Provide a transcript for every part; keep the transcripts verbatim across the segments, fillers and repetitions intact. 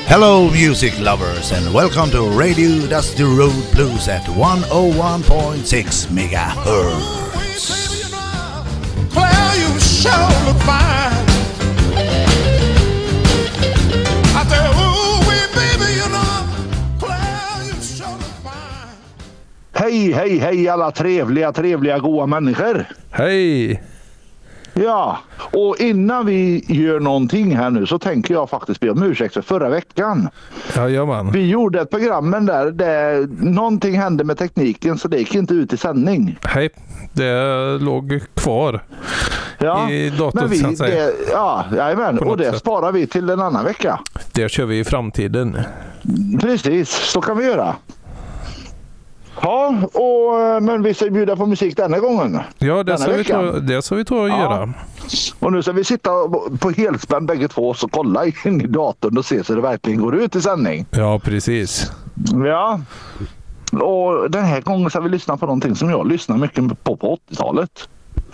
Hello music lovers and welcome to Radio Dusty Road Blues at one oh one point six megahertz. Claire, you sure look fine. I tell you, ooh, wee, baby, you know, Claire, you sure look fine. Hej, hej, hej alla trevliga, trevliga, goa människor. Hej! Ja, och innan vi gör någonting här nu så tänker jag faktiskt be om ursäkt för förra veckan. Jajamän. Vi gjorde ett program där det, någonting hände med tekniken så det gick inte ut i sändning. Hej, det låg kvar ja, i datorn men vi, så att säga. Det, ja, jajamän, och det sätt. sparar vi till en annan vecka. Det kör vi i framtiden. Precis, så kan vi göra. Ja, och, men vi ska bjuda på musik denna gången. Ja, det ska vi ta, det ska vi ta och ja. göra. Och nu ska vi sitta på helspänn bägge två och kolla in i datorn och se så det verkligen går ut i sändning. Ja, precis. Ja, och den här gången ska vi lyssna på någonting som jag lyssnar mycket på på åttiotalet.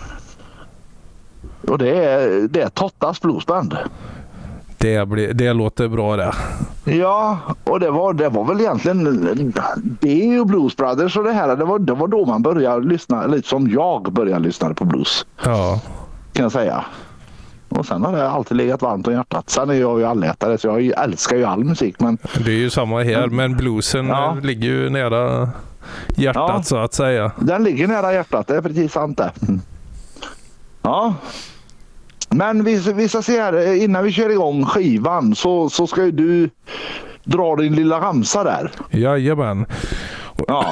Och det är, det är Tottas Bluesband. Det, blir, det låter bra det. Ja, och det var, det var väl egentligen det och Blues Brothers och det här. Det var, det var då man började lyssna, lite som jag började lyssna på blues. Ja. Kan jag säga. Och sen har det alltid legat varmt om hjärtat. Sen är jag ju allätare så jag älskar ju all musik. Men... Det är ju samma här, men bluesen ja. ligger ju nära hjärtat ja. så att säga. Den ligger nära hjärtat, det är precis sant det. Ja. Men vi, vi ska se här, innan vi kör igång skivan så, så ska ju du dra din lilla ramsa där. Jajamän. Ja.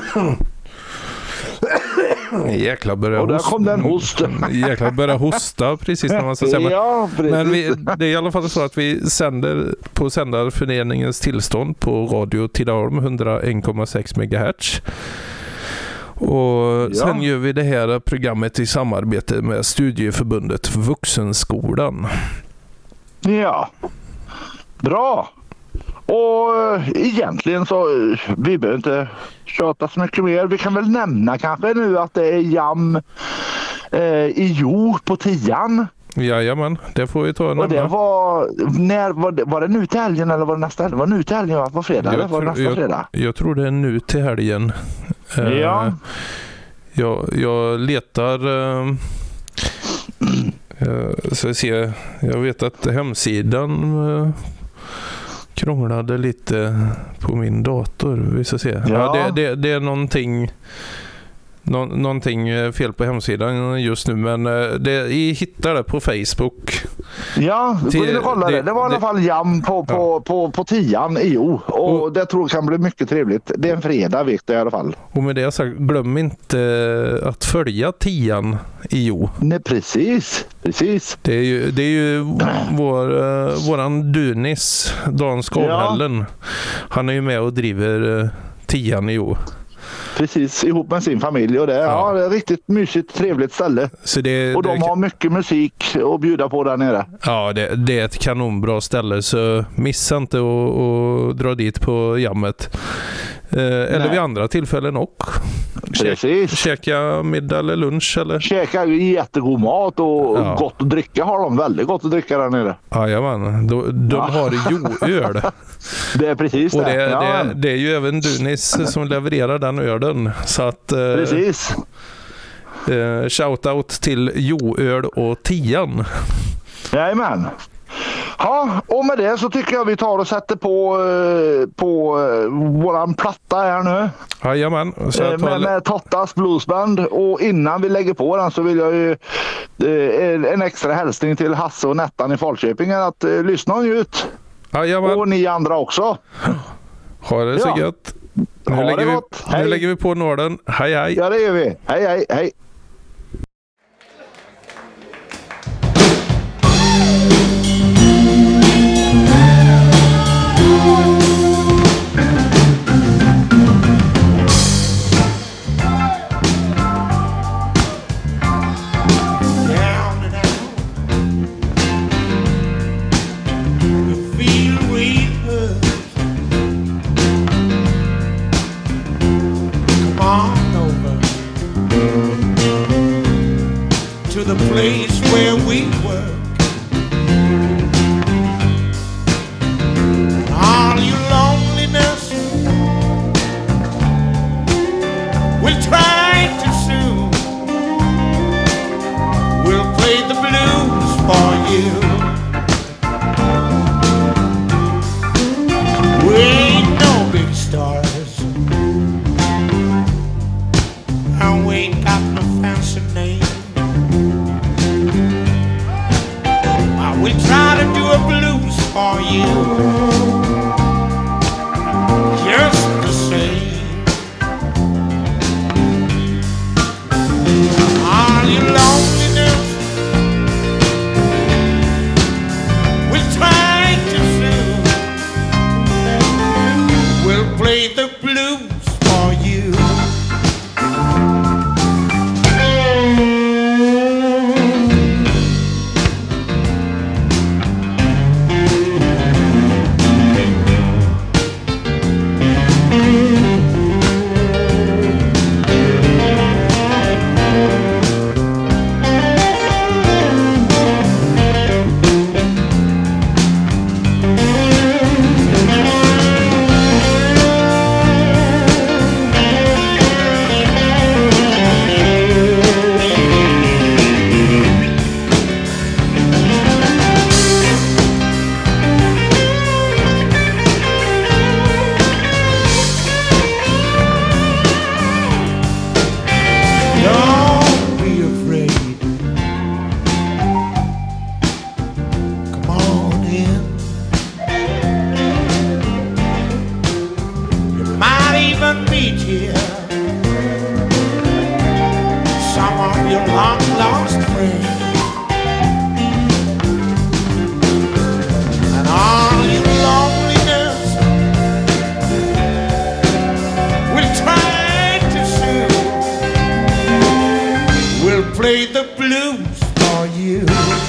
Jäklar börjar och där kom den host. Jäklar börjar hosta precis när man ska säga. Ja, men vi, det är i alla fall så att vi sänder på Sändarföreningens tillstånd på Radio Tidaholm hundraen komma sex megahertz. Och sen ja. gör vi det här programmet i samarbete med Studieförbundet Vuxenskolan. Ja, bra. Och egentligen så vi behöver inte köta så mycket mer. Vi kan väl nämna kanske nu att det är jam eh, i Jo på tian. Jajamän, det får vi ta och och det var, när, var, det, var det nu till helgen eller var det nästa helgen? Var det nu till helgen? Var fredag jag eller var det nästa jag, fredag? Jag tror det är nu till helgen. Ja. Uh, jag, jag letar... Uh, uh, så jag, ser, jag vet att hemsidan uh, krånglade lite på min dator. Vi ska se. Ja. Ja, det, det, det är någonting... Nå- någonting fel på hemsidan just nu, men det, jag hittar det på Facebook. Ja, gå in och kolla det. Det var i alla fall jam på, på, ja. på, på tian i O. Och, och det tror jag kan bli mycket trevligt. Det är en fredag, vet jag i alla fall. Och med det sagt, glöm inte att följa tian i O. Nej, precis. Precis. Det är ju, det är ju vår, uh, våran Dunis, Dan Skavhällen. Ja. Han är ju med och driver uh, tian i O. Precis, ihop med sin familj och det, ja. Ja, det är ett riktigt mysigt, trevligt ställe. Så det, och de det, har mycket musik att bjuda på där nere. Ja, det, det är ett kanonbra ställe så missa inte att, att dra dit på jammet. Eh, eller vid andra tillfällen och Precis. Käka middag eller lunch eller? Käka jättegod mat och ja. gott att dricka har de väldigt gott att dricka där nere. Jajamän, de, de ja. har jo-öl. Det är precis det. Och det, ja. det, det är ju även Dunis som levererar den ölen. Så att, eh, precis. Eh, shoutout till jo-öl och tian. Jajamän. Ja, och med det så tycker jag vi tar och sätter på, på våran platta här nu. Jajamän. Tar... Med, med Tottas Bluesband. Och innan vi lägger på den så vill jag ju eh, en extra hälsning till Hasse och Nettan i Falköping att eh, lyssna och njut. Jajamän. Och ni andra också. Ha det så ja. gött. Nu, ha lägger, det vi, gott. nu lägger vi på Norden. Hej hej. Ja, det gör vi. Hej hej hej. On over. you. Just the same. All your loneliness will try to soothe. We'll play the blues for you. Play the blues for you.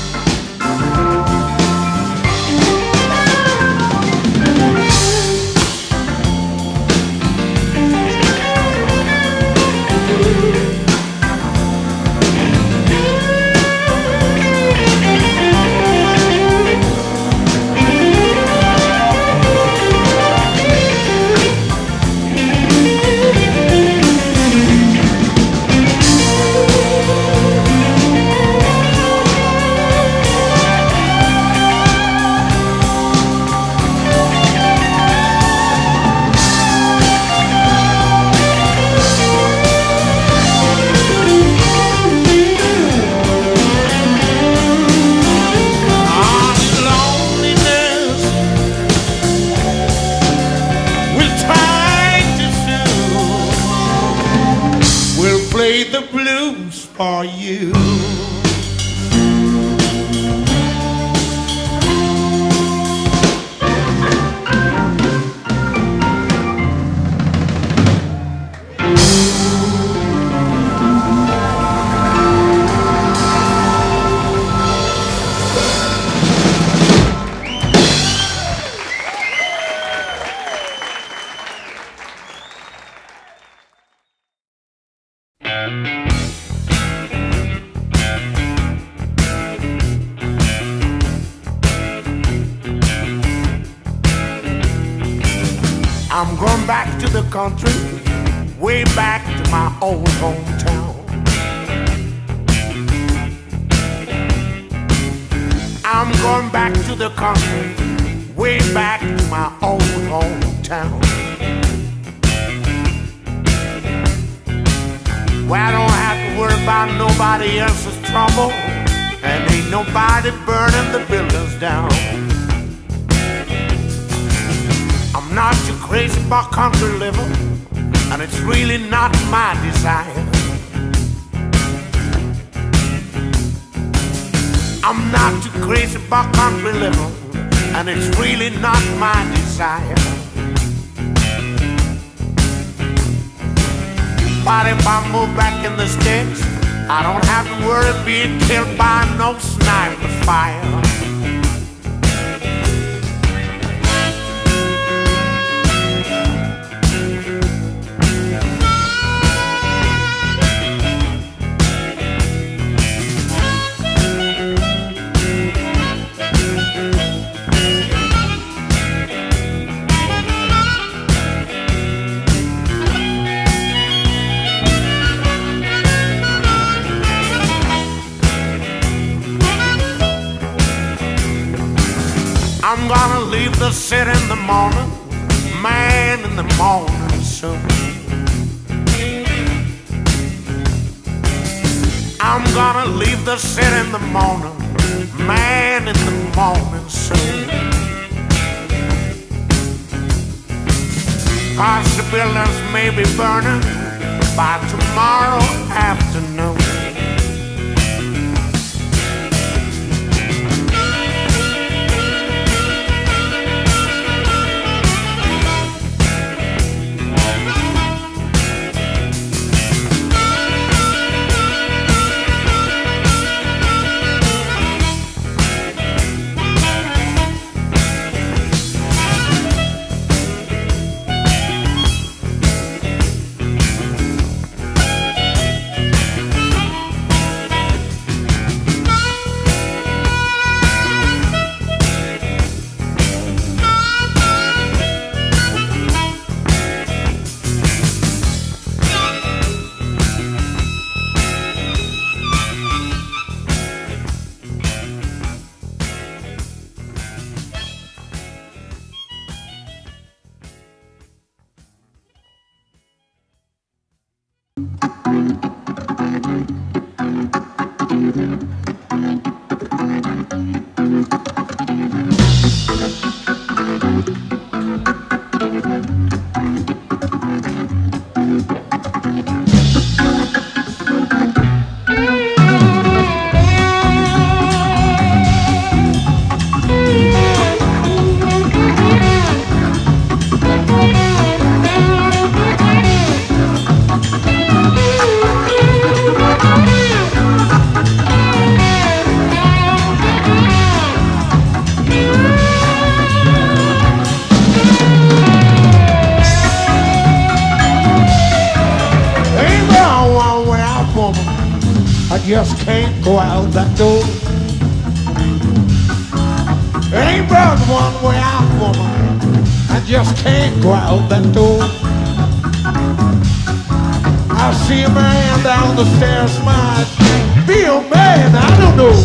Play the blues for you. I'm going back to the country, way back to my old hometown. I'm going back to the country, way back to my old hometown. Where I don't have to worry about nobody else's trouble, and ain't nobody burning the buildings down. I'm not too crazy about country living, and it's really not my desire. I'm not too crazy about country living, and it's really not my desire. But if I move back in the States, I don't have to worry being killed by no sniper's fire. I'm gonna leave the city in the morning, man, in the morning soon. I'm gonna leave the city in the morning, man, in the morning soon. cause the buildings may be burning by tomorrow afternoon. Just can't go out that door. Ain't but one way out, woman. I just can't go out that door. I see a man down the stairs, smile. Be a man, I don't know.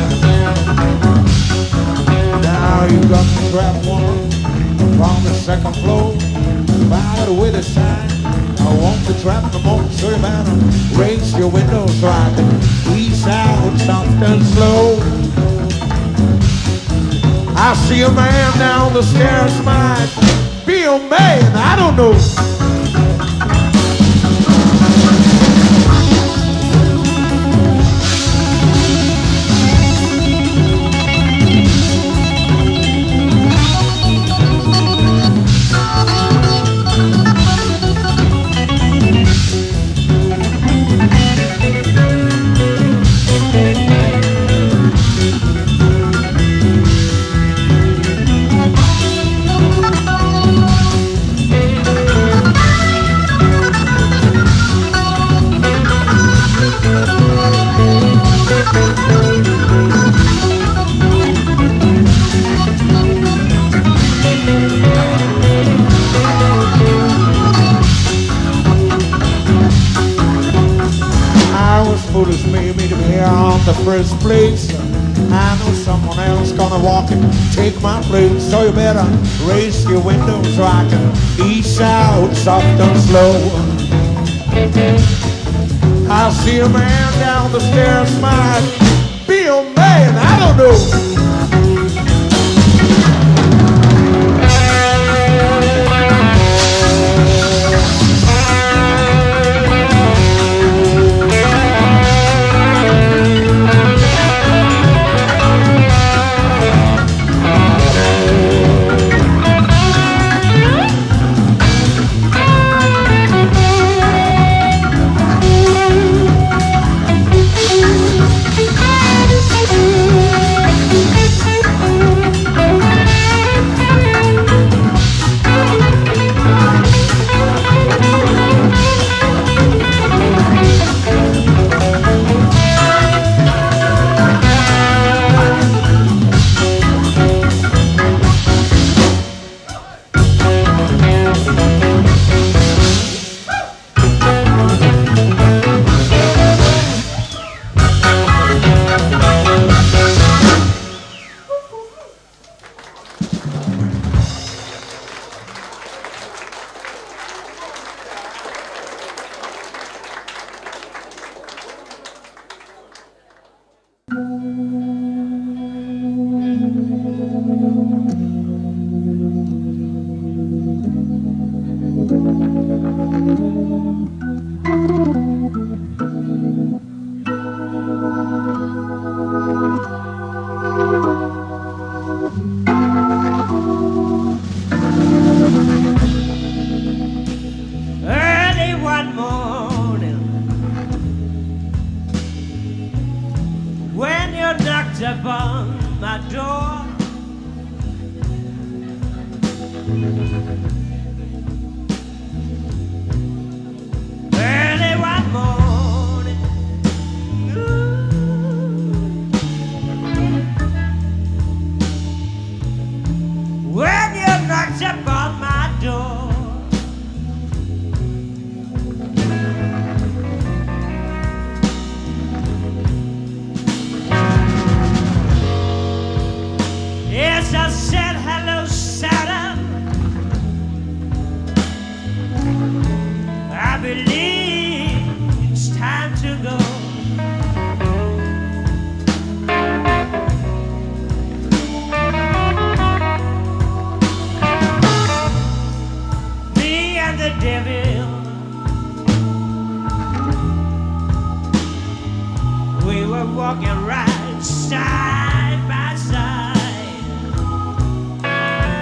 Now you got the trap woman from the second floor. By the way, the sign. I want to trap the motor, so you better raise your window so I can ease out soft and slow. I see a man down the stairs, might be a man, I don't know. The first place, I know someone else gonna walk and take my place, so you better raise your window so I can ease out soft and slow. I see a man down the stairs, smile. Be a man, I don't know. knocks upon my door. Yes, I said hello, Santa. I believe it's time to go. Me and the devil, we were walking right side by side.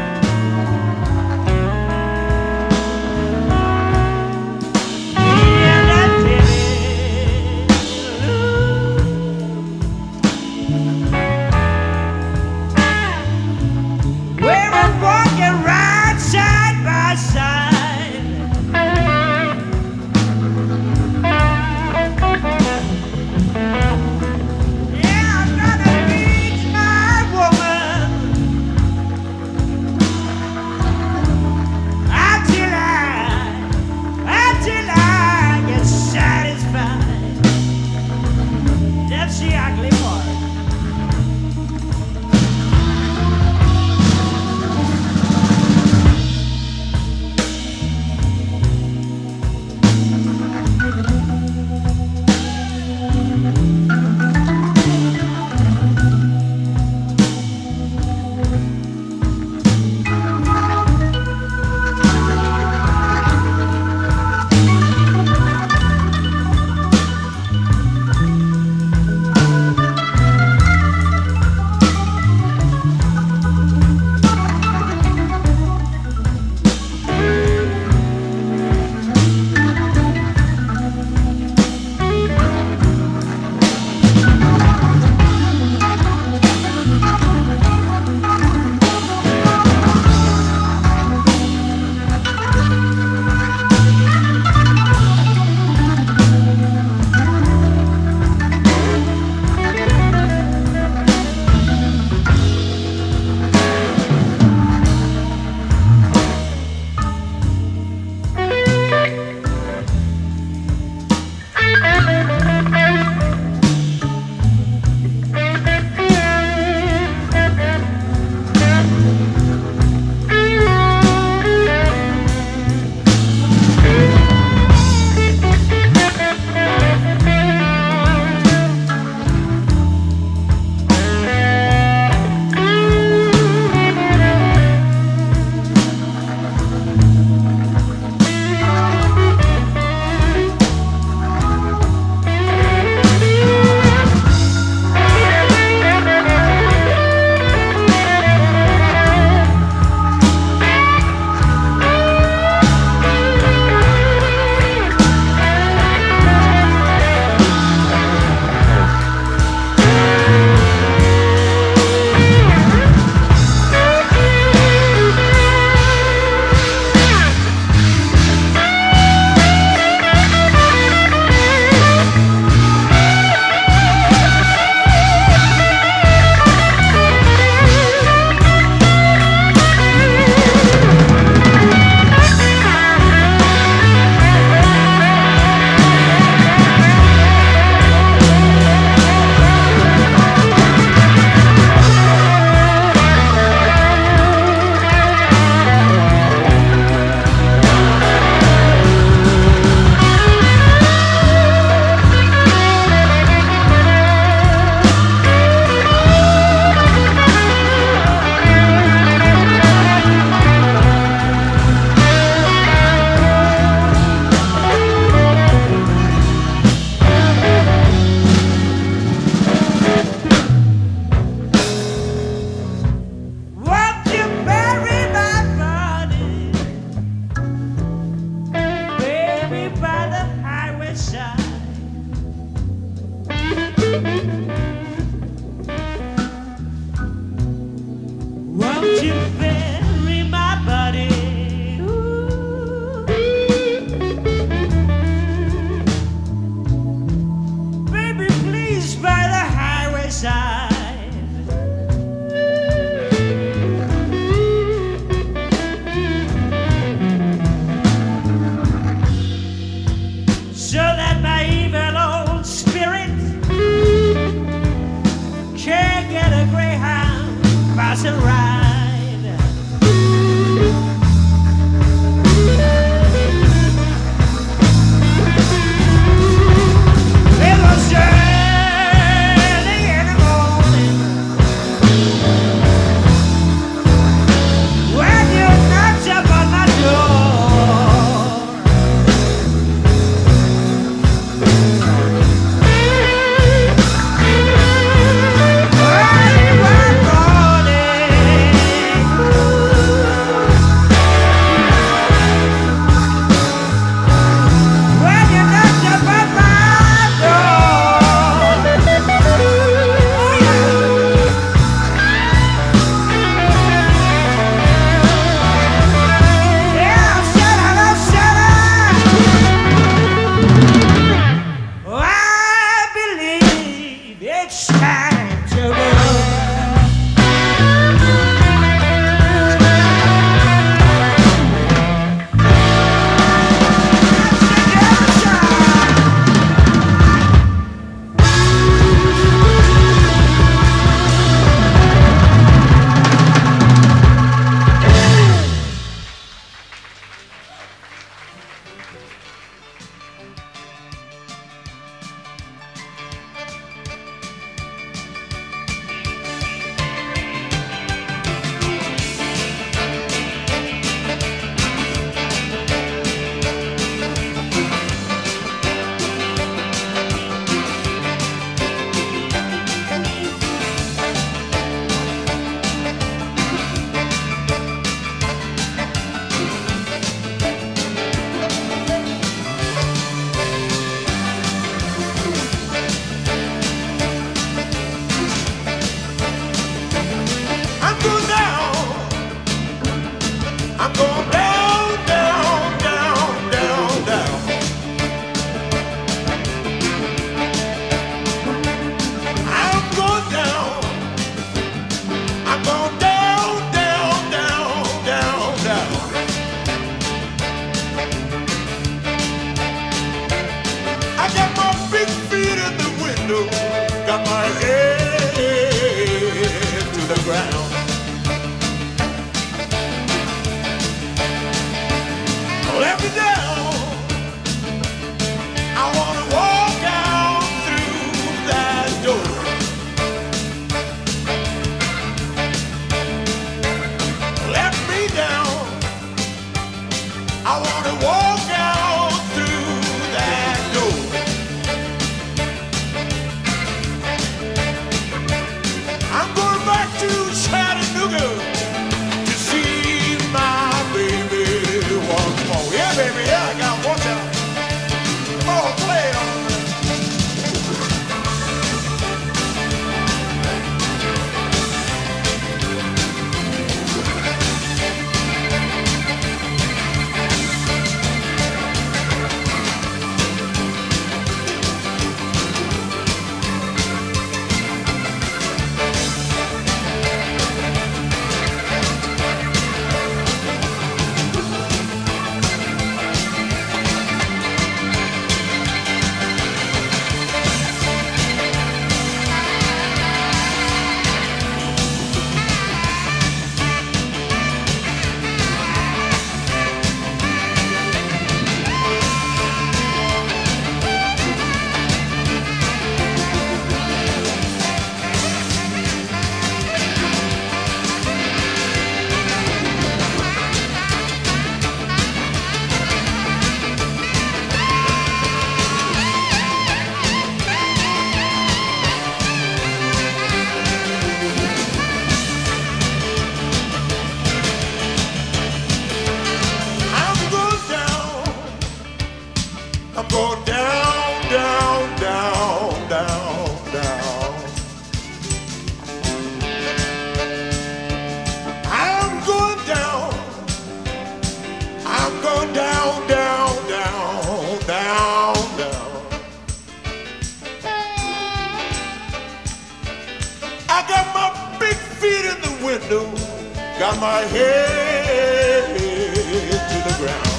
got my head to the ground.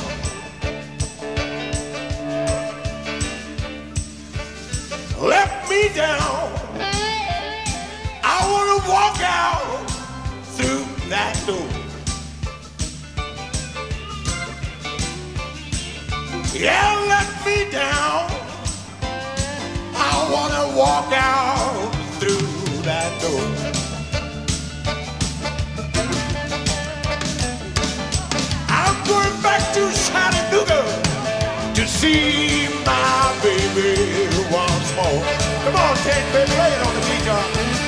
Left me down. I wanna walk out through that door. Yeah, let me down. I wanna walk out through that door. I'm going back to Chattanooga to see my baby once more. Come on, Ted, baby, lay it on the guitar.